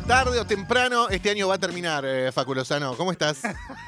Tarde o temprano, este año va a terminar, Facu Lozano. ¿Cómo estás?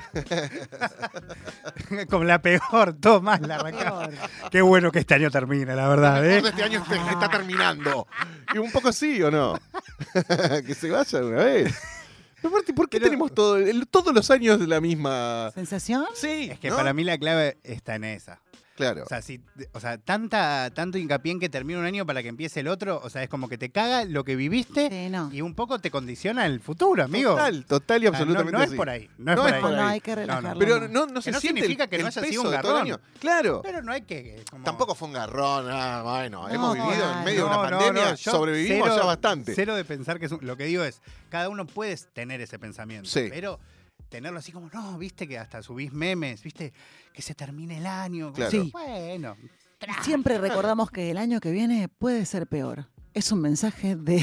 Con la peor, todo mal la arrancada. Qué bueno que este año termine, la verdad. Este año está terminando. Y un poco sí, ¿o no? Que se vaya de una vez. Aparte, ¿por qué tenemos todos los años la misma sensación? Sí. Es que ¿no? Para mí la clave está en esa. Claro. O sea, tanto hincapié en que termine un año para que empiece el otro, o sea, es como que te caga lo que viviste y un poco te condiciona el futuro, amigo. Total y absolutamente no es así. por ahí. No es por ahí. No, hay que relajarlo. Pero no se no siente significa que el no haya peso sido un de todo el garrón. año. Claro. Pero no hay que... Tampoco fue un garrón. Bueno, hemos vivido en no, medio de una pandemia. Sobrevivimos ya bastante. Cero de pensar que lo que digo es, cada uno puede tener ese pensamiento, Sí. pero tenerlo así como, no, viste que hasta subís memes, viste que se termine el año. Claro. Sí. Bueno. Siempre recordamos que el año que viene puede ser peor. Es un mensaje de...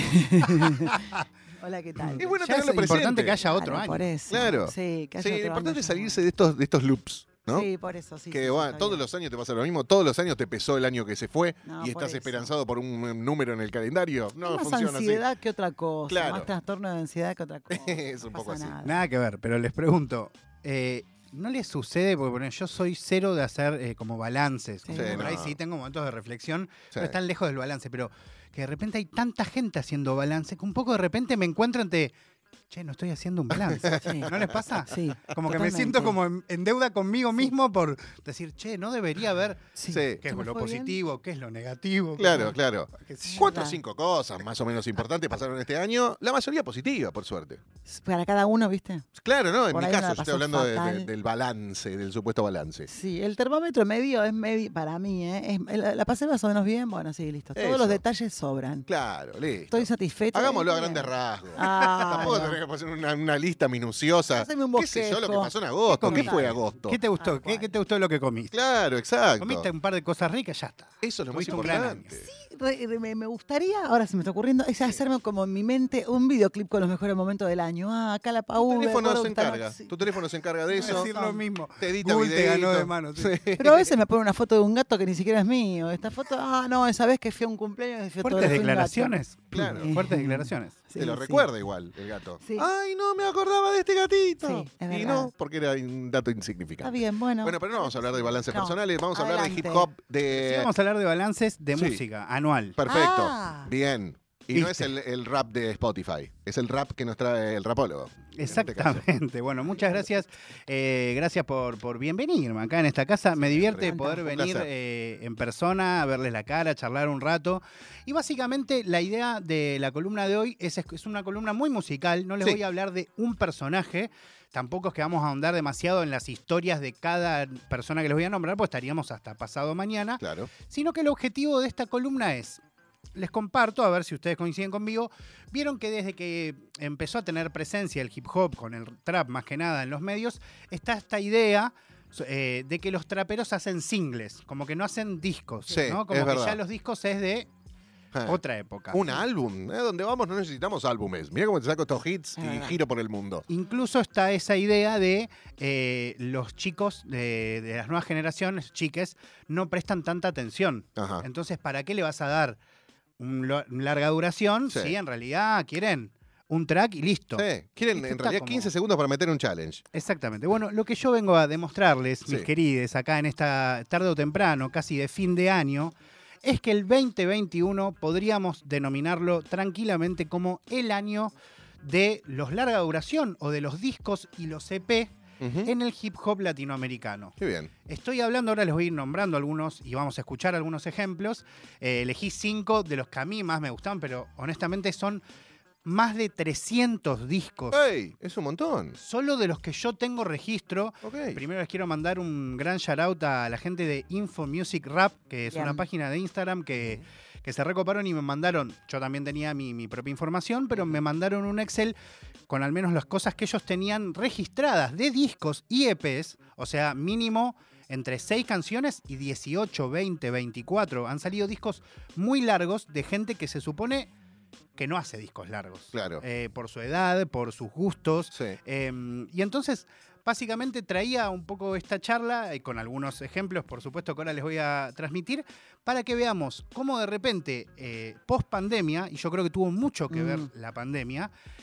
Hola, ¿qué tal? Es bueno Ya tenerlo es presente. importante que haya otro año. Por eso. Claro. Sí, que haya Sí, lo otro importante año es ya. salirse de estos loops, ¿no? Sí, por eso, sí. Que sí, bueno, está todos bien. los años te pasa lo mismo, todos los años te pesó el año que se fue No, y por estás eso. esperanzado por un número en el calendario. No Es más funciona ansiedad que otra cosa. Claro. Más trastorno de ansiedad que otra cosa. Es un No poco pasa así. nada. Nada que ver, pero les pregunto, ¿no les sucede? Porque bueno, yo soy cero de hacer como balances. Sí. Como Sí, por ahí no. sí tengo momentos de reflexión, Sí. pero están lejos del balance. Pero que de repente hay tanta gente haciendo balance que un poco de repente me encuentro ante... Che, no estoy haciendo un balance. Sí. ¿No les pasa? Sí, Como que totalmente. me siento como en deuda conmigo mismo por decir, che, no debería haber Sí. Sí. qué es ¿Se me lo fue bien? positivo, qué es lo negativo. Claro, como- claro. qué sé yo. 4 o verdad. 5 cosas más o menos importantes pasaron este año. La mayoría positiva, por suerte. Para cada uno, ¿viste? Claro, ¿no? En Por mi ahí caso, una yo estoy pasó hablando fatal. del balance, del supuesto balance. Sí, el termómetro medio es medio, para mí, la pasé más o menos bien, bueno, sí, listo. Todos Eso. los detalles sobran. Claro, listo. Estoy satisfecha. Hagámoslo a Bien. grandes rasgos. Ah, Tampoco no. tenés que hacer una lista minuciosa. Haceme un ¿Qué sé yo lo que bosquejo. pasó en agosto? ¿Qué ¿Qué comiste? fue agosto? ¿Qué te gustó? Tal cual. ¿Qué te gustó de lo que comiste? Claro, exacto. Comiste un par de cosas ricas, ya está. Eso es lo más Tuviste un gran importante. Me gustaría, ahora se me está ocurriendo, es hacerme como en mi mente un videoclip con los mejores momentos del año. Ah, acá la Tu Paú. teléfono se encarga. Tu teléfono se encarga de eso. Decir lo mismo. Te edita Google te videíto. ganó de mano. sí. Pero a veces me pone una foto de un gato que ni siquiera es mío. Esta foto, no, esa vez que fui a un cumpleaños y fui a Fuertes declaraciones. Claro. Fuertes declaraciones. Te lo recuerda igual el gato. Sí. Ay, no me acordaba de este gatito. Sí, es Y verdad. no, porque era un dato Está insignificante. bien, bueno. Bueno, pero no vamos a hablar de balances No. personales, vamos a hablar de hip Adelante. hop, Sí, vamos a hablar de balances de Sí. música anual. Perfecto. Ah. Bien. Y no es ¿Viste? el rap de Spotify, es el rap que nos trae el rapólogo. en este caso. Exactamente. Bueno, muchas gracias. Gracias por bienvenirme acá en esta casa. Me divierte Siempre. poder Un venir placer. en persona, verles la cara, charlar un rato. Y básicamente la idea de la columna de hoy es una columna muy musical. No les Sí. voy a hablar de un personaje. Tampoco es que vamos a ahondar demasiado en las historias de cada persona que les voy a nombrar, pues estaríamos hasta pasado mañana. Claro. Sino que el objetivo de esta columna es, les comparto, a ver si ustedes coinciden conmigo, vieron que desde que empezó a tener presencia el hip hop con el trap más que nada en los medios, está esta idea de que los traperos hacen singles, como que no hacen discos, Sí, ¿no? es Como que verdad. ya los discos es de Ah. otra época. Un álbum, donde vamos no necesitamos álbumes. Mira cómo te saco estos hits Es y verdad. giro por el mundo. Incluso está esa idea de los chicos de las nuevas generaciones, chiques, no prestan tanta atención. Ajá. Entonces, ¿para qué le vas a dar una larga duración Sí. si en realidad quieren un track y listo? Sí, quieren Esto en está realidad como- 15 segundos para meter un challenge. Exactamente. Bueno, lo que yo vengo a demostrarles, Sí. mis queridos, acá en esta tarde o temprano, casi de fin de año, es que el 2021 podríamos denominarlo tranquilamente como el año de los larga duración o de los discos y los EP Ujú. en el hip hop latinoamericano. Qué bien. Estoy hablando, ahora les voy a ir nombrando algunos y vamos a escuchar algunos ejemplos. Elegí 5 de los que a mí más me gustan, pero honestamente son más de 300 discos. ¡Ey! Es un montón. Solo de los que yo tengo registro. Ok. Primero les quiero mandar un gran shout out a la gente de Info Music Rap, que es Bien. una página de Instagram que se recoparon y me mandaron, yo también tenía mi propia información, pero me mandaron un Excel con al menos las cosas que ellos tenían registradas de discos y EPs, o sea, mínimo entre 6 canciones y 18, 20, 24. Han salido discos muy largos de gente que se supone que no hace discos largos. Claro. Por su edad, por sus gustos. Sí. Y entonces, básicamente traía un poco esta charla, con algunos ejemplos, por supuesto, que ahora les voy a transmitir, para que veamos cómo de repente, post pandemia, y yo creo que tuvo mucho que ver la pandemia,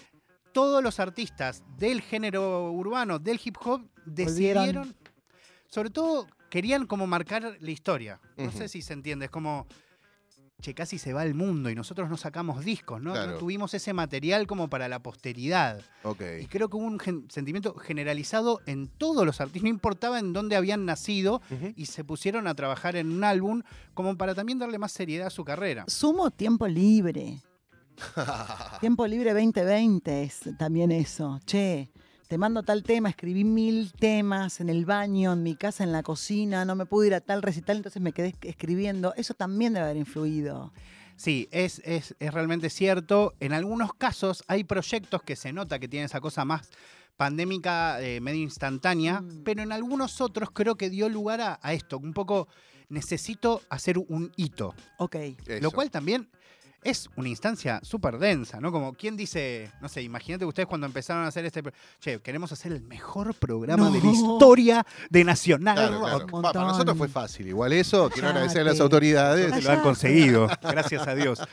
todos los artistas del género urbano, del hip hop, decidieron, sobre todo querían como marcar la historia. No sé si se entiende, es como, che, casi se va el mundo y nosotros no sacamos discos, ¿no? Claro. No tuvimos ese material como para la posteridad. Ok. Y creo que hubo un sentimiento generalizado en todos los artistas, no importaba en dónde habían nacido, y se pusieron a trabajar en un álbum como para también darle más seriedad a su carrera. Sumo tiempo libre. Tiempo libre 2020 es también eso. Che, te mando tal tema, escribí 1000 temas en el baño, en mi casa, en la cocina, no me pude ir a tal recital, entonces me quedé escribiendo. Eso también debe haber influido. Sí, es realmente cierto. En algunos casos hay proyectos que se nota que tienen esa cosa más pandémica, medio instantánea, pero en algunos otros creo que dio lugar a esto. Un poco necesito hacer un hito. Ok. Lo cual también es una instancia súper densa, ¿no? Como quien dice, no sé, imagínate ustedes cuando empezaron a hacer che, queremos hacer el mejor programa de la historia de Nacional Claro, Rock. claro. Para nosotros fue fácil. Igual eso, quiero agradecer a las Cállate. autoridades. Se lo han conseguido, gracias a Dios.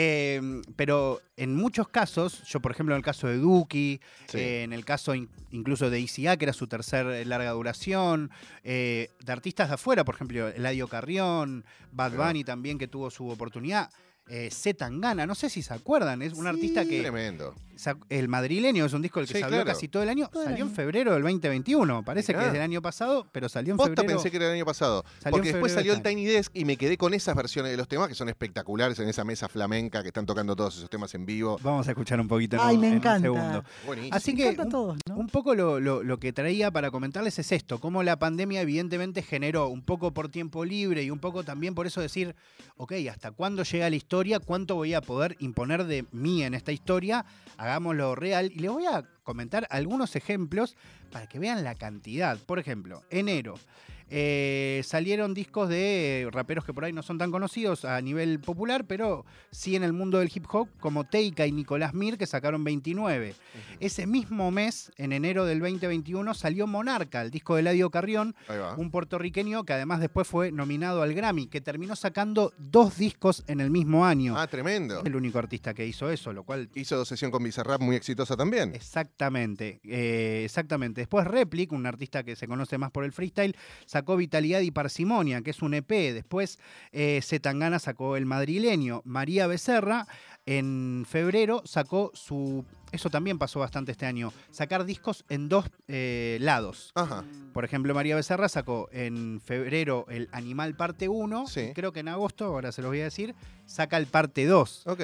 Pero en muchos casos, yo por ejemplo en el caso de Duki, Sí. en el caso incluso de ICA, que era su tercer larga duración, de artistas de afuera, por ejemplo, Eladio Carrión, Bad Claro. Bunny también, que tuvo su oportunidad. C. Tangana, no sé si se acuerdan, es un Sí. artista que Tremendo. El Madrileño es un disco del que Sí, se habló claro. casi todo el año, Todo el salió en año. febrero del 2021, parece Mirá. que es del año pasado, pero salió en Posta febrero. pensé que era el año pasado. Salió Porque en después febrero salió el de este Tiny Desk y me quedé con esas versiones de los temas que son espectaculares en esa mesa flamenca que están tocando todos esos temas en vivo. Vamos a escuchar un poquito Ay, me en un encanta. segundo. Buenísimo. Así Me que encanta a todos, ¿no? un poco lo que traía para comentarles es esto, cómo la pandemia evidentemente generó un poco por tiempo libre y un poco también por eso decir, ok, ¿hasta cuándo llega la historia? ¿Cuánto voy a poder imponer de mí en esta historia? Hagámoslo real. Y les voy a comentar algunos ejemplos para que vean la cantidad. Por ejemplo, enero. Salieron discos de raperos que por ahí no son tan conocidos a nivel popular, pero sí en el mundo del hip hop, como Teika y Nicolás Mir, que sacaron 29. Ese mismo mes, en enero del 2021, salió Monarca, el disco de Eladio Carrión, Ahí va. un puertorriqueño que además después fue nominado al Grammy, que terminó sacando 2 discos en el mismo año. Ah, tremendo. Es el único artista que hizo eso, lo cual... Hizo sesión con Bizarrap muy exitosa también. Exactamente, exactamente. Después Replic, un artista que se conoce más por el freestyle, sacó Vitalidad y Parsimonia, que es un EP. Después C. Tangana sacó El Madrileño. María Becerra en febrero sacó su... Eso también pasó bastante este año. Sacar discos en 2 lados. Ajá. Por ejemplo, María Becerra sacó en febrero el Animal parte 1. Sí. Y creo que en agosto, ahora se los voy a decir, saca el parte 2. Ok.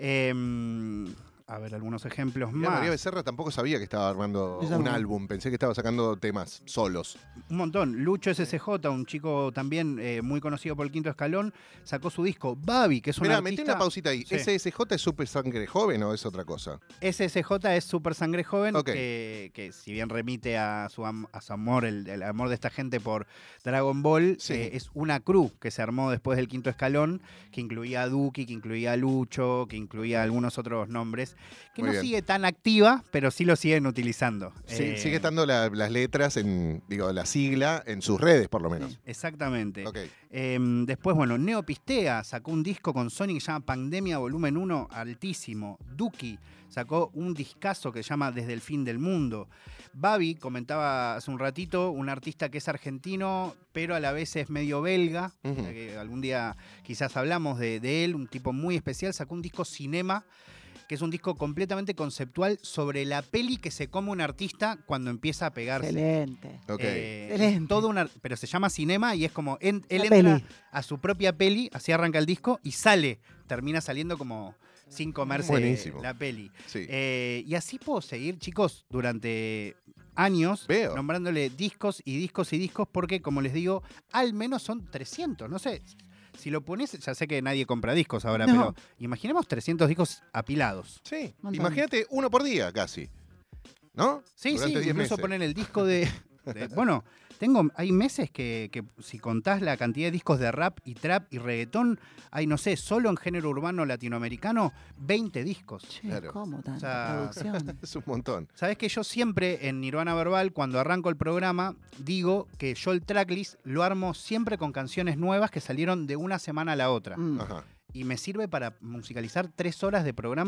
A ver, algunos ejemplos Mirá, más. María Becerra tampoco sabía que estaba armando Ella un no. álbum. Pensé que estaba sacando temas solos. Un montón. Lucho SSJ, un chico también muy conocido por el Quinto Escalón, sacó su disco Babi, que es un Mirá, artista... metí una pausita ahí. Sí. ¿SSJ es Super Sangre Joven o es otra cosa? SSJ es Super Sangre Joven, Ok. que si bien remite a su amor, el amor de esta gente por Dragon Ball, Sí. es una crew que se armó después del Quinto Escalón, que incluía a Duki, que incluía a Lucho, que incluía algunos otros nombres, que Muy no bien. sigue tan activa, pero sí lo siguen utilizando. Sí, sigue estando las letras, la sigla, en sus redes por lo menos. Exactamente. Ok. Después, bueno, Neopistea sacó un disco con Sonic que se llama Pandemia Volumen 1, altísimo. Duki sacó un discazo que se llama Desde el Fin del Mundo. Babi, comentaba hace un ratito, un artista que es argentino, pero a la vez es medio belga. Ujú. Que algún día quizás hablamos de él, un tipo muy especial. Sacó un disco Cinema, que es un disco completamente conceptual sobre la peli que se come un artista cuando empieza a pegarse. Excelente. Ok. Excelente. Pero se llama Cinema y es como él La entra peli. a su propia peli, así arranca el disco y termina saliendo como sin comerse Buenísimo. la peli. Sí. Y así puedo seguir, chicos, durante años Veo. nombrándole discos y discos y discos porque, como les digo, al menos son 300, no sé. Si lo pones, ya sé que nadie compra discos ahora, No. pero imaginemos 300 discos apilados. Sí. Montón. Imagínate uno por día casi. ¿No? Sí, Durante 10 incluso meses. poner el disco bueno, hay meses que si contás la cantidad de discos de rap y trap y reggaetón, hay, no sé, solo en género urbano latinoamericano, 20 discos. Che, Claro. ¿cómo tanta O sea, producción? Es un montón. Sabés que yo siempre en Nirvana Verbal, cuando arranco el programa, digo que yo el tracklist lo armo siempre con canciones nuevas que salieron de una semana a la otra. Mm. Ajá. Y me sirve para musicalizar 3 horas de programa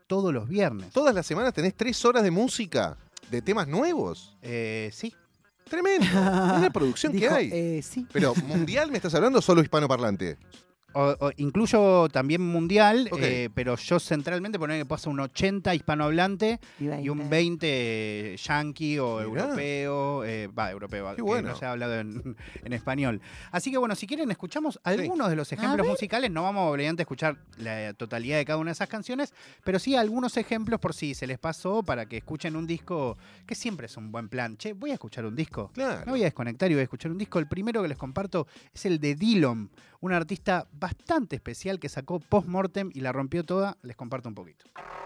todos los viernes. Todas las semanas tenés 3 horas de música, de temas nuevos. Sí. Tremendo. Es la producción Dijo, que hay. sí. Pero, ¿mundial me estás hablando o solo hispanoparlante? Incluyo también mundial, Ok. pero yo centralmente poner que pasa un 80 hispanohablante y un 20 yankee o Mirá. europeo, europeo, Qué que bueno. no se ha hablado en español. Así que bueno, si quieren escuchamos algunos de los ejemplos ver. musicales, no vamos obviamente a escuchar la totalidad de cada una de esas canciones, pero sí algunos ejemplos por si se les pasó para que escuchen un disco, que siempre es un buen plan. Che, voy a escuchar un disco. Claro. Me voy a desconectar y voy a escuchar un disco. El primero que les comparto es el de Dillom, un artista bastante especial que sacó Post Mortem y la rompió toda. Les comparto un poquito.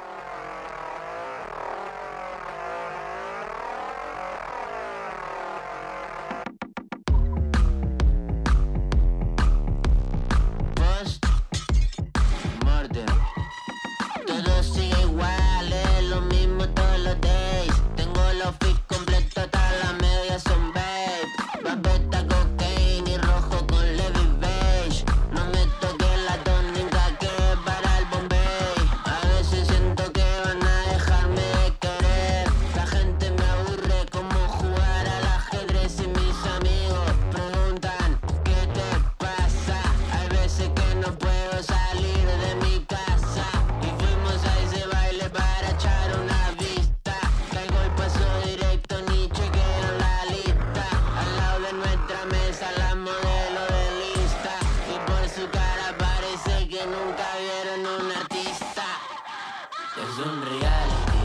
Post Mortem. Todo sigue igual, es lo mismo todos los days. Tengo los feet completos, hasta las medias son babe. Babeta, cocaine y rojo con Levi beige. No me toques la tónica que es para el Bombay. A veces siento que van a dejarme de querer. La gente me aburre como jugar al ajedrez y mis amigos preguntan ¿qué te pasa? Hay veces que no puedo salir de mi casa y fuimos a ese baile para echar una vista. Caigo el paso directo ni chequeo la lista. Al lado de nuestra mesa la modelo de lista y por su cara parece que nunca vieron un artista. Es un reality.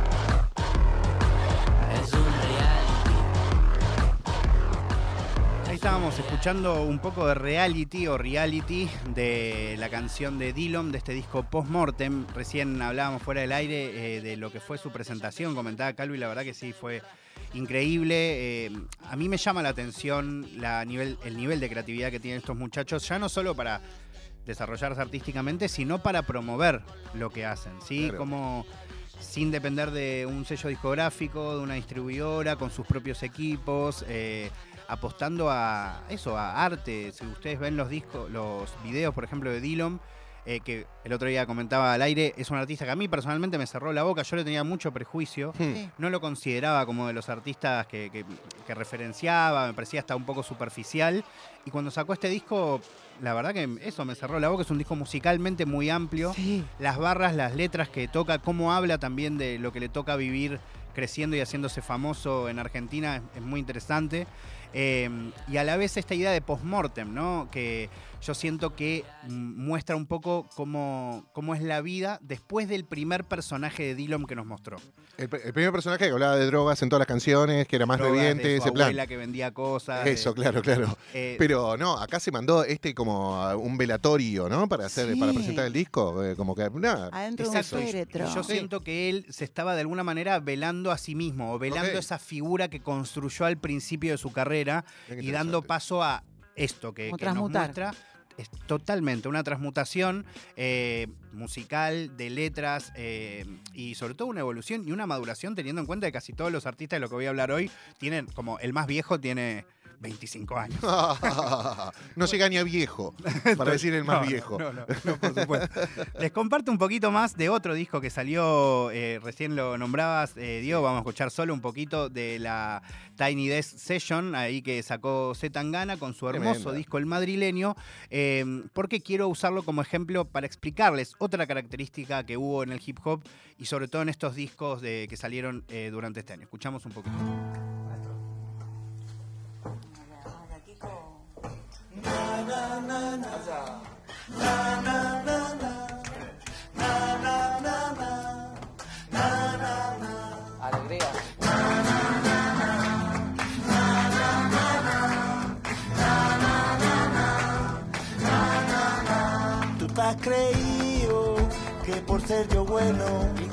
Es un reality. Ahí estábamos escuchando un poco de reality o reality de la canción de Dillom, de este disco Post Mortem. Recién hablábamos fuera del aire de lo que fue su presentación, comentaba Calvo, y la verdad que sí, fue increíble. A mí me llama la atención el nivel de creatividad que tienen estos muchachos, ya no solo para desarrollarse artísticamente, sino para promover lo que hacen, ¿sí? Claro. Como sin depender de un sello discográfico, de una distribuidora, con sus propios equipos, apostando a eso, a arte. Si ustedes ven los videos, por ejemplo, de Dillom, que el otro día comentaba al aire, es un artista que a mí personalmente me cerró la boca. Yo le tenía mucho prejuicio, Sí. no lo consideraba como de los artistas que referenciaba, me parecía hasta un poco superficial. Y cuando sacó este disco, la verdad que eso me cerró la boca. Es un disco musicalmente muy amplio. Sí. Las barras, las letras que toca, cómo habla también de lo que le toca vivir creciendo y haciéndose famoso en Argentina, es muy interesante. Y a la vez esta idea de post-mortem, ¿no? Que yo siento que muestra un poco cómo es la vida después del primer personaje de Dillom que nos mostró. El primer personaje que hablaba de drogas en todas las canciones, que era más Drogas, bebiente, de su ese plan. abuela que vendía cosas. Eso, claro. Pero no, acá se mandó como a un velatorio, ¿no? Para Sí. para presentar el disco. Como que nada. Adentro Exacto, de un y féretro. yo siento que él se estaba de alguna manera velando a sí mismo, o velando Ok. esa figura que construyó al principio de su carrera Qué y dando interesante. paso a esto que Como nos transmutar. muestra. Es totalmente una transmutación musical, de letras y sobre todo una evolución y una maduración, teniendo en cuenta que casi todos los artistas de lo que voy a hablar hoy tienen, como el más viejo tiene 25 años. No llega ni a viejo, para decir el más viejo. No, por supuesto. Les comparto un poquito más de otro disco que salió, recién lo nombrabas, Diego, vamos a escuchar solo un poquito de la Tiny Desk Session, ahí que sacó Z Tangana con su hermoso Tremenda. disco El Madrileño, porque quiero usarlo como ejemplo para explicarles otra característica que hubo en el hip hop y sobre todo en estos discos que salieron durante este año. Escuchamos un poquito. Alegría. Tú te has creído que por ser yo bueno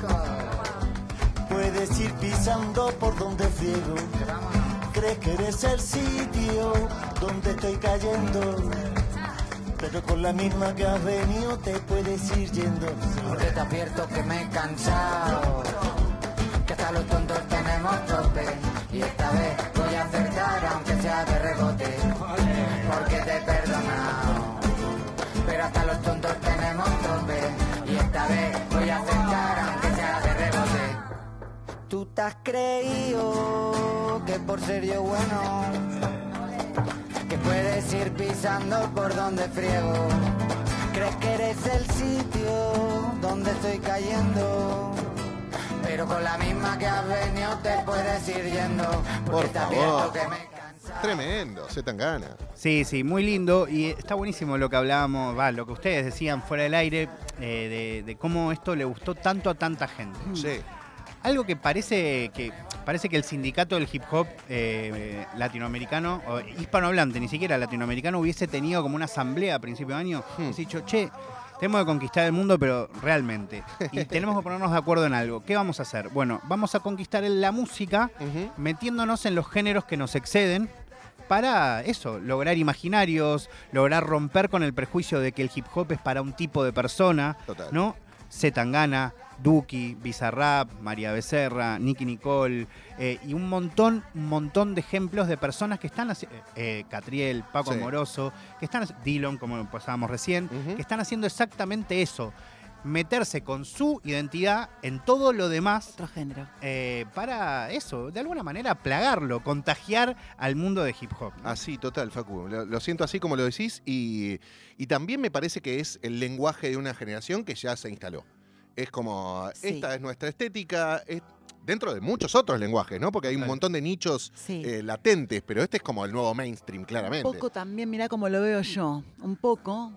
puedes ir pisando por donde friego. Crees que eres el sitio donde estoy cayendo, pero con la misma que has venido te puedes ir yendo. Porque te advierto que me he cansado, que hasta los tontos tenemos tope. Y esta vez voy a acertar aunque sea de rebote, porque te he perdonado. Pero hasta los tontos tenemos tope. Y esta vez voy a acertar aunque te has creído que por ser yo bueno, que puedes ir pisando por donde friego. Crees que eres el sitio donde estoy cayendo, pero con la misma que has venido te puedes ir yendo. Porque Por te favor. advierto que me he cansado. Tremendo, Zetangana. Sí, sí, muy lindo y está buenísimo lo que hablábamos, lo que ustedes decían fuera del aire, de cómo esto le gustó tanto a tanta gente. Sí. Algo que parece que el sindicato del hip hop latinoamericano, o hispanohablante, ni siquiera latinoamericano, hubiese tenido como una asamblea a principio de año, y dicho, che, tenemos que conquistar el mundo, pero realmente. Y tenemos que ponernos de acuerdo en algo. ¿Qué vamos a hacer? Bueno, vamos a conquistar la música Ujú. metiéndonos en los géneros que nos exceden para eso, lograr imaginarios, lograr romper con el prejuicio de que el hip hop es para un tipo de persona, Total. ¿no? Zetangana, Duki, Bizarrap, María Becerra, Nicki Nicole, y un montón de ejemplos de personas que están haciendo, Catriel, Paco Sí. Amoroso, que están, Dillon, como pasábamos recién, Ujú. que están haciendo exactamente eso, meterse con su identidad en todo lo demás Otro género. para eso, de alguna manera plagarlo, contagiar al mundo de hip hop, ¿no? Así, total, Facu. Lo siento así como lo decís y también me parece que es el lenguaje de una generación que ya se instaló. Es como, Sí. esta es nuestra estética, dentro de muchos otros lenguajes, ¿no? Porque hay un Claro. montón de nichos Sí. latentes, pero este es como el nuevo mainstream, claramente. Un poco también, mirá cómo lo veo yo, un poco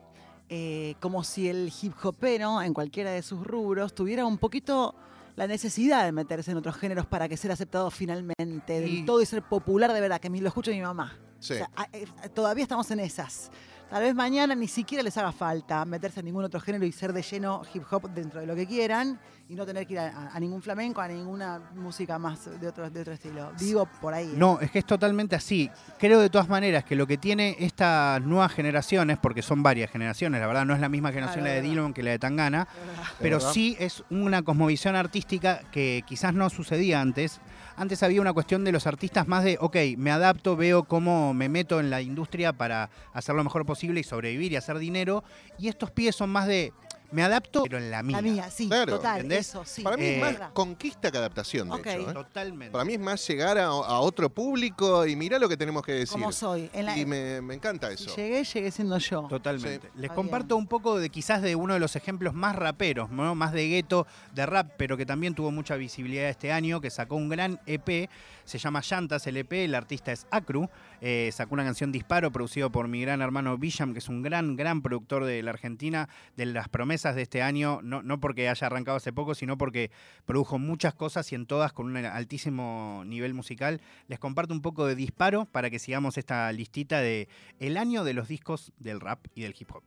como si el hip hopero en cualquiera de sus rubros tuviera un poquito la necesidad de meterse en otros géneros para que ser aceptado finalmente del Y- todo y ser popular de verdad, que lo escucho mi mamá. Sí. O sea, todavía estamos en esas. Tal vez mañana ni siquiera les haga falta meterse en ningún otro género y ser de lleno hip hop dentro de lo que quieran y no tener que ir a ningún flamenco, a ninguna música más de otro estilo. Digo por ahí. ¿eh? No, es que es totalmente así. Creo de todas maneras que lo que tiene estas nuevas generaciones, porque son varias generaciones, la verdad no es la misma generación Claro, la de es verdad. Dillon que la de Tangana, Es verdad. pero verdad. sí es una cosmovisión artística que quizás no sucedía antes. Antes había una cuestión de los artistas más de, ok, me adapto, veo cómo me meto en la industria para hacer lo mejor posible y sobrevivir y hacer dinero. Y estos pies son más de, me adapto, pero en la mía. La mía, sí, Claro, total, ¿entendés? eso, sí. Para mí es más verdad. conquista que adaptación, de Ok. hecho. ¿eh? Totalmente. Para mí es más llegar a otro público y mirá lo que tenemos que decir. Como soy. Y me encanta si eso. llegué siendo yo. Totalmente. Les Está comparto bien. un poco de quizás de uno de los ejemplos más raperos, ¿no? Más de gueto, de rap, pero que también tuvo mucha visibilidad este año, que sacó un gran EP, se llama Llantas el EP, el artista es Acru, sacó una canción Disparo, producido por mi gran hermano Villam, que es un gran productor de la Argentina, de las promesas de este año, no porque haya arrancado hace poco, sino porque produjo muchas cosas y en todas con un altísimo nivel musical. Les comparto un poco de Disparo para que sigamos esta listita de el año de los discos del rap y del hip hop.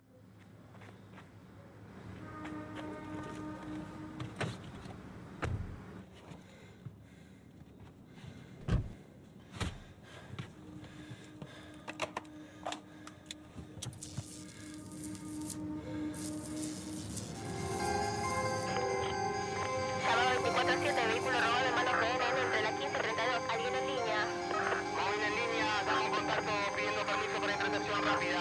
Sábado 24/7, vehículo robado en manos GNN entre la 15 y 32. ¿Alguien en línea? Móvil en línea, damos contacto pidiendo permiso para intercepción rápida.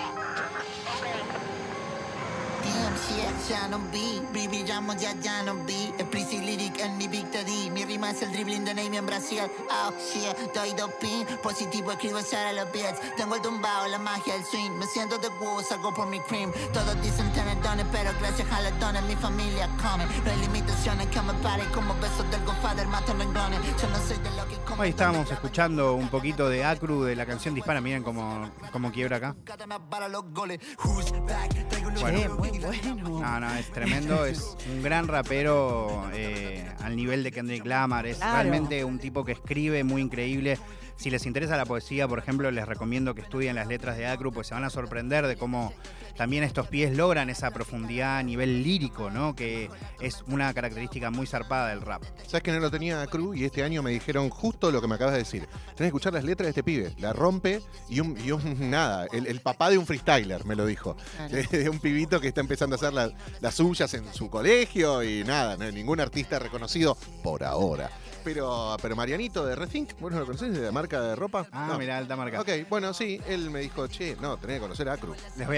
DMC ya no vi, brillamos ya no vi. El Prissy Lyric en mi victory. Mi rima es el dribbling de Name en Brasil. Oh shit, doy doping. Positivo escribo a los beats. Tengo el tumbao, la magia del swing. Me siento de wow, salgo por mi cream. Todos dicen tener dones, pero gracias a los dones mi familia come. No hay limitaciones que me paren como besos del Godfather, mato renglones. Yo no soy de lo que como. Hoy estábamos escuchando un poquito de Acru, de la canción Dispara, miren cómo quiebra acá. Para los goles. Who's back? Traigo los Che, muy bueno. No, es tremendo, es un gran rapero al nivel de Kendrick Lamar, es Claro. realmente un tipo que escribe muy increíble. Si les interesa la poesía, por ejemplo, les recomiendo que estudien las letras de Acru, pues se van a sorprender de cómo también estos pies logran esa profundidad a nivel lírico, ¿no? Que es una característica muy zarpada del rap. ¿Sabes que no lo tenía Cruz? Y este año me dijeron justo lo que me acabas de decir. Tenés que escuchar las letras de este pibe. La rompe y un nada. El papá de un freestyler me lo dijo. Claro. De un pibito que está empezando a hacer las suyas en su colegio y nada, no hay ningún artista reconocido por ahora. Pero Marianito de Rethink, ¿vos no lo conocés de la marca de ropa? Ah, No. mirá, alta marca. Ok, bueno, sí, él me dijo, che, no, tenés que conocer a Acru. Les voy a contar una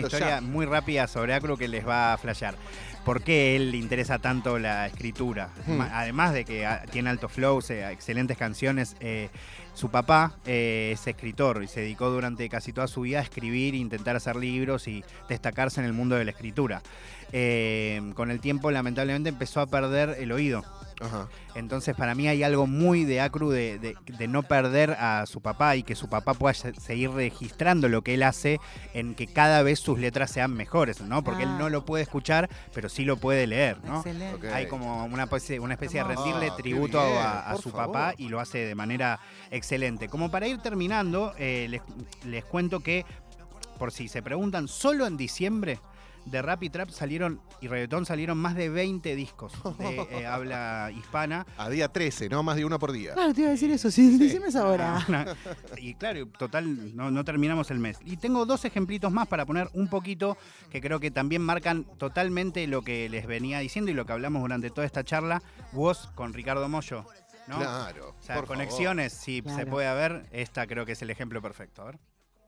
historia ya. muy rápida sobre Acru que les va a flashear. ¿Por qué él le interesa tanto la escritura? Además de que tiene alto flow, excelentes canciones, su papá es escritor y se dedicó durante casi toda su vida a escribir, intentar hacer libros y destacarse en el mundo de la escritura. Con el tiempo, lamentablemente, empezó a perder el oído. Ajá. Entonces, para mí hay algo muy de Acru de no perder a su papá y que su papá pueda seguir registrando lo que él hace en que cada vez sus letras sean mejores, ¿no? Porque él no lo puede escuchar, pero sí lo puede leer, ¿no? Excelente. Okay. Hay como una especie de rendirle qué tributo bien, a por su favor. papá y lo hace de manera excelente. Como para ir terminando, les cuento que, por si se preguntan, solo en diciembre de rap y trap y reggaetón salieron más de 20 discos de habla hispana. A día 13, ¿no? Más de uno por día. Claro, te iba a decir eso. Sí, decime eso ahora. Y claro, total, no terminamos el mes. Y tengo 2 ejemplitos más para poner un poquito que creo que también marcan totalmente lo que les venía diciendo y lo que hablamos durante toda esta charla. Vos con Ricardo Mollo, ¿no? Claro. O sea, por conexiones, si Claro. se puede ver, esta creo que es el ejemplo perfecto. A ver.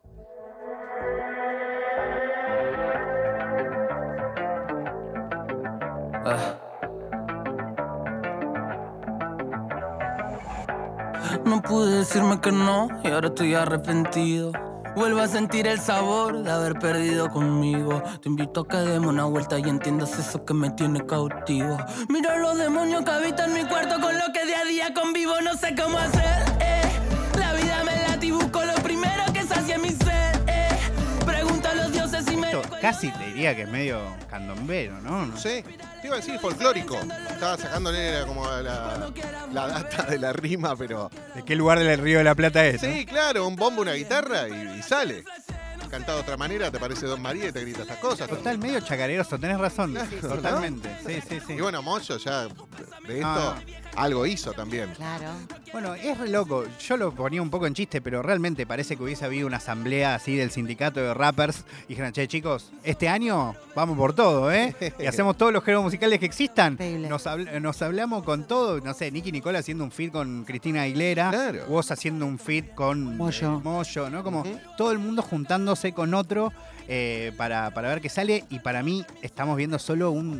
No pude decirme que no y ahora estoy arrepentido. Vuelvo a sentir el sabor de haber perdido conmigo. Te invito a que demos una vuelta y entiendas eso que me tiene cautivo. Mira los demonios que habitan mi cuarto con lo que día a día convivo. No sé cómo hacer, La vida me late y busco lo primero que sacie mi sed, Pregunto a los dioses si me... Esto casi te diría que es medio candombero, ¿no? favor. Sí, te iba a decir folclórico. Estaba sacándole como la data de la rima, pero... ¿De qué lugar del Río de la Plata es? Sí, claro, un bombo, una guitarra y sale. Cantado de otra manera, te parece Don María y te grita estas cosas. Total, medio chacareroso, tenés razón. Claro, Totalmente. Sí. Y bueno, Moyo ya de esto algo hizo también. Claro. Bueno, es re loco. Yo lo ponía un poco en chiste, pero realmente parece que hubiese habido una asamblea así del sindicato de rappers y dijeron, che, chicos, este año vamos por todo, Y hacemos todos los géneros musicales que existan. Increíble. Nos hablamos con todo. No sé, Nicky Nicole haciendo un feat con Cristina Aguilera. Claro. Vos haciendo un feat con Moyo. Moyo, ¿no? Como todo el mundo juntándose con otro para ver qué sale. Y para mí estamos viendo solo un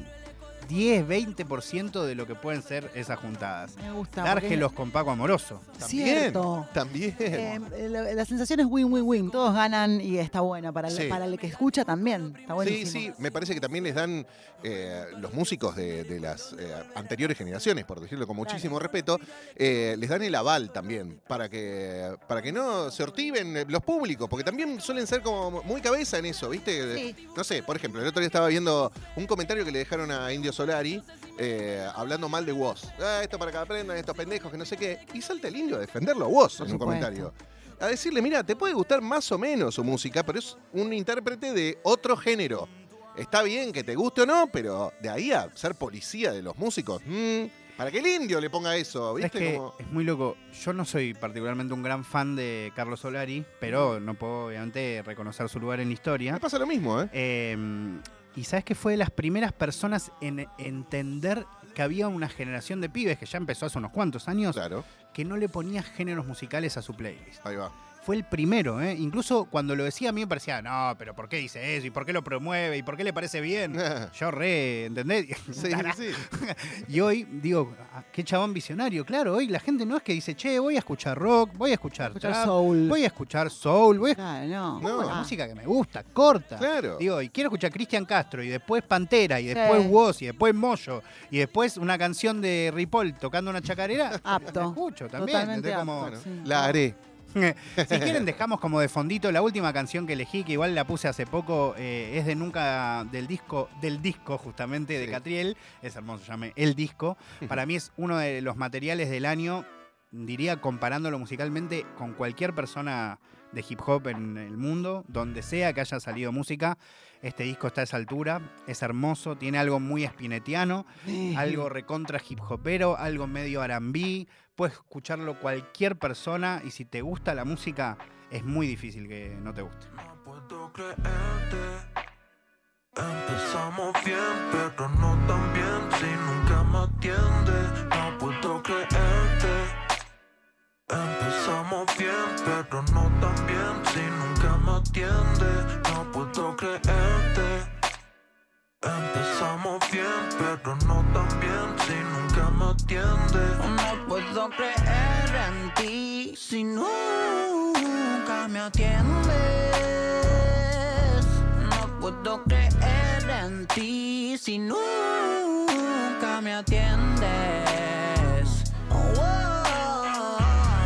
10-20% de lo que pueden ser esas juntadas. Me gusta. Dárgelos con Paco Amoroso. Cierto. También. La sensación es win-win-win. Todos ganan y está buena. Para Sí. el que escucha también. Está buenísimo. Sí, me parece que también les dan los músicos de las anteriores generaciones, por decirlo con muchísimo respeto, les dan el aval también para que no se ortiven los públicos, porque también suelen ser como muy cabeza en eso, ¿viste? Sí. No sé, por ejemplo, el otro día estaba viendo un comentario que le dejaron a Indio Solari hablando mal de Woz. Esto para que aprendan estos pendejos que no sé qué. Y salta el Indio a defenderlo a Woz en un supuesto. comentario. A decirle, mira, te puede gustar más o menos su música, pero es un intérprete de otro género. Está bien que te guste o no, pero de ahí a ser policía de los músicos, para que el Indio le ponga eso, Es ¿viste? que Como... es muy loco. Yo no soy particularmente un gran fan de Carlos Solari, pero no puedo obviamente reconocer su lugar en la historia. Me pasa lo mismo, ¿eh? Y sabes que fue de las primeras personas en entender que había una generación de pibes que ya empezó hace unos cuantos años Claro, que no le ponía géneros musicales a su playlist. ahí va. Fue el primero, Incluso cuando lo decía a mí me parecía, no, pero ¿por qué dice eso? ¿Y por qué lo promueve? ¿Y por qué le parece bien? Yo ¿entendés? Sí, sí. Y hoy digo, qué chabón visionario. Claro, hoy la gente no es que dice, che, voy a escuchar rock, voy a escuchar trap, soul. voy a escuchar soul, voy a Claro, no. No. la música que me gusta, corta. Claro. Digo, y quiero escuchar Cristian Castro, y después Pantera, y después Woz, y después Moyo, y después una canción de Ripoll tocando una chacarera. Apto. La escucho también. Totalmente ¿entendés? Como- apto, sí. La haré. Si quieren dejamos como de fondito la última canción que elegí, que igual la puse hace poco, es de Nunca del disco justamente de Sí. Catriel, es hermoso, se llama El Disco. Para mí es uno de los materiales del año, diría comparándolo musicalmente con cualquier persona de hip hop en el mundo, donde sea que haya salido música. Este disco está a esa altura, es hermoso, tiene algo muy spinettiano, algo recontra hip hopero, algo medio R&B. Puedes escucharlo cualquier persona y si te gusta la música, es muy difícil que no te guste. No puedo creerte. Empezamos bien, pero no tan bien si nunca me atiendes. No puedo creerte. Empezamos bien, pero no tan bien si nunca me atiendes. No puedo creerte. atiende. No puedo creer en ti si nunca me atiendes. No puedo creer en ti si nunca me atiendes. Oh,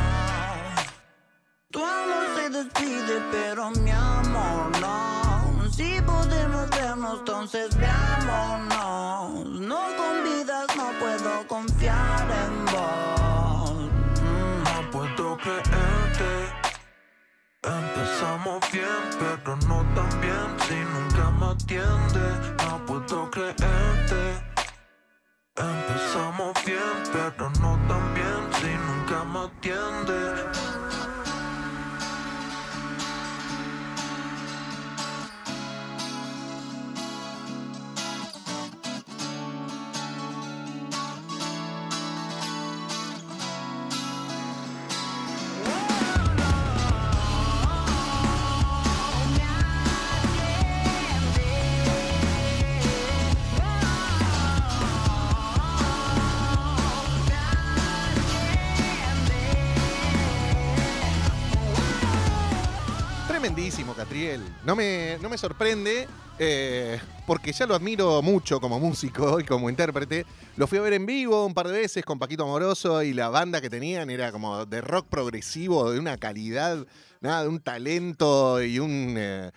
tu amor se despide, pero mi amor no. Si podemos vernos, entonces veámonos. No convidas, no puedo confiar en vos. No puedo creerte. Empezamos bien, pero no tan bien. Si nunca me atiende, no puedo creerte. Empezamos bien, pero no tan bien. Si nunca me atiende. Tremendísimo, Catriel. No me sorprende, porque ya lo admiro mucho como músico y como intérprete. Lo fui a ver en vivo un par de veces con Paquito Amoroso y la banda que tenían era como de rock progresivo, de una calidad, nada, de un talento y un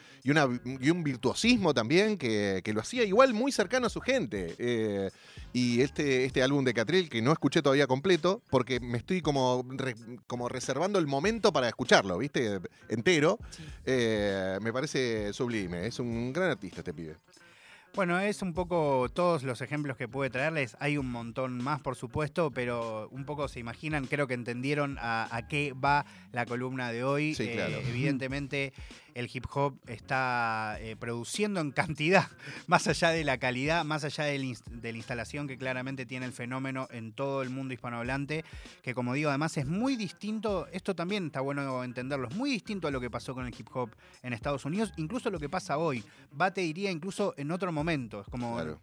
virtuosismo también que lo hacía igual muy cercano a su gente. Y este álbum de Catriel, que no escuché todavía completo, porque me estoy como reservando el momento para escucharlo, ¿viste? Entero. Me parece sublime. Es un gran artista este pibe. Bueno, es un poco todos los ejemplos que pude traerles. Hay un montón más, por supuesto, pero un poco se imaginan, creo que entendieron a qué va la columna de hoy. Sí, claro. Evidentemente, el hip hop está produciendo en cantidad, más allá de la calidad, más allá de la instalación que claramente tiene el fenómeno en todo el mundo hispanohablante, que como digo, además es muy distinto, esto también está bueno entenderlo, es muy distinto a lo que pasó con el hip hop en Estados Unidos, incluso lo que pasa hoy. Te diría incluso en otro momento, es como... Claro.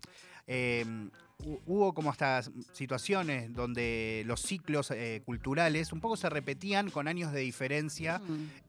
Hubo como hasta situaciones donde los ciclos culturales un poco se repetían con años de diferencia.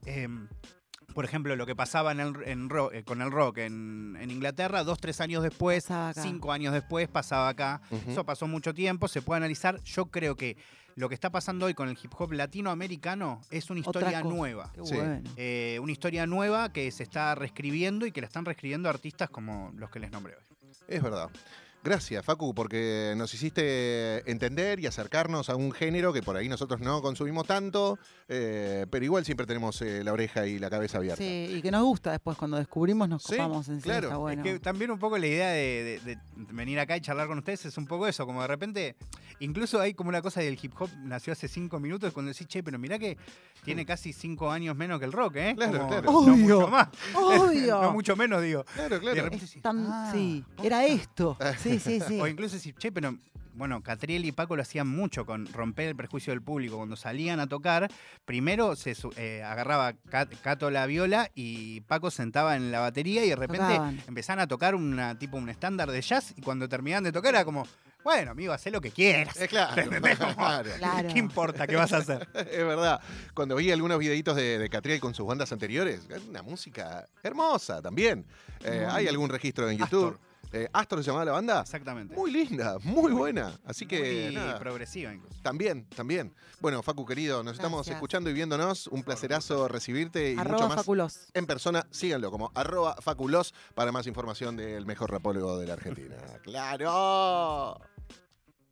Por ejemplo, lo que pasaba con el rock en Inglaterra, 2-3 años después, 5 años después, pasaba acá. Eso pasó mucho tiempo, se puede analizar. Yo creo que lo que está pasando hoy con el hip hop latinoamericano es una historia nueva. Qué bueno. Una historia nueva que se está reescribiendo y que la están reescribiendo artistas como los que les nombré hoy. Es verdad. Gracias, Facu, porque nos hiciste entender y acercarnos a un género que por ahí nosotros no consumimos tanto, pero igual siempre tenemos la oreja y la cabeza abierta. Sí, y que nos gusta después, cuando descubrimos nos copamos en claro. está bueno. Es que también un poco la idea de venir acá y charlar con ustedes es un poco eso, como de repente, incluso hay como una cosa del hip hop, nació hace 5 minutos, cuando decís, che, pero mirá que tiene casi 5 años menos que el rock, ¿eh? Claro, como, claro. No Obvio, mucho más. obvio. No mucho menos, digo. Claro, Y de claro. repente decís, Sí, era esto. Sí, sí, sí. O incluso decir, che, pero bueno, Catriel y Paco lo hacían mucho con romper el prejuicio del público. Cuando salían a tocar, primero se agarraba Cato la viola y Paco sentaba en la batería y de repente empezaban a tocar un estándar de jazz y cuando terminaban de tocar era como, bueno, amigo, hacé lo que quieras. Claro, ¿Entendés? Como, Claro. ¿qué importa? ¿Qué vas a hacer? Es verdad. Cuando vi algunos videitos de Catriel con sus bandas anteriores, una música hermosa también. Hay algún registro en YouTube. ¿Astor se llamaba la banda? Exactamente. Muy linda, muy buena. Así que Muy nada. progresiva incluso. También. Bueno, Facu, querido, nos estamos Gracias. escuchando y viéndonos. Un placerazo recibirte y mucho más @Faculos. en persona. Síganlo como @Faculos para más información del mejor rapólogo de la Argentina. ¡Claro!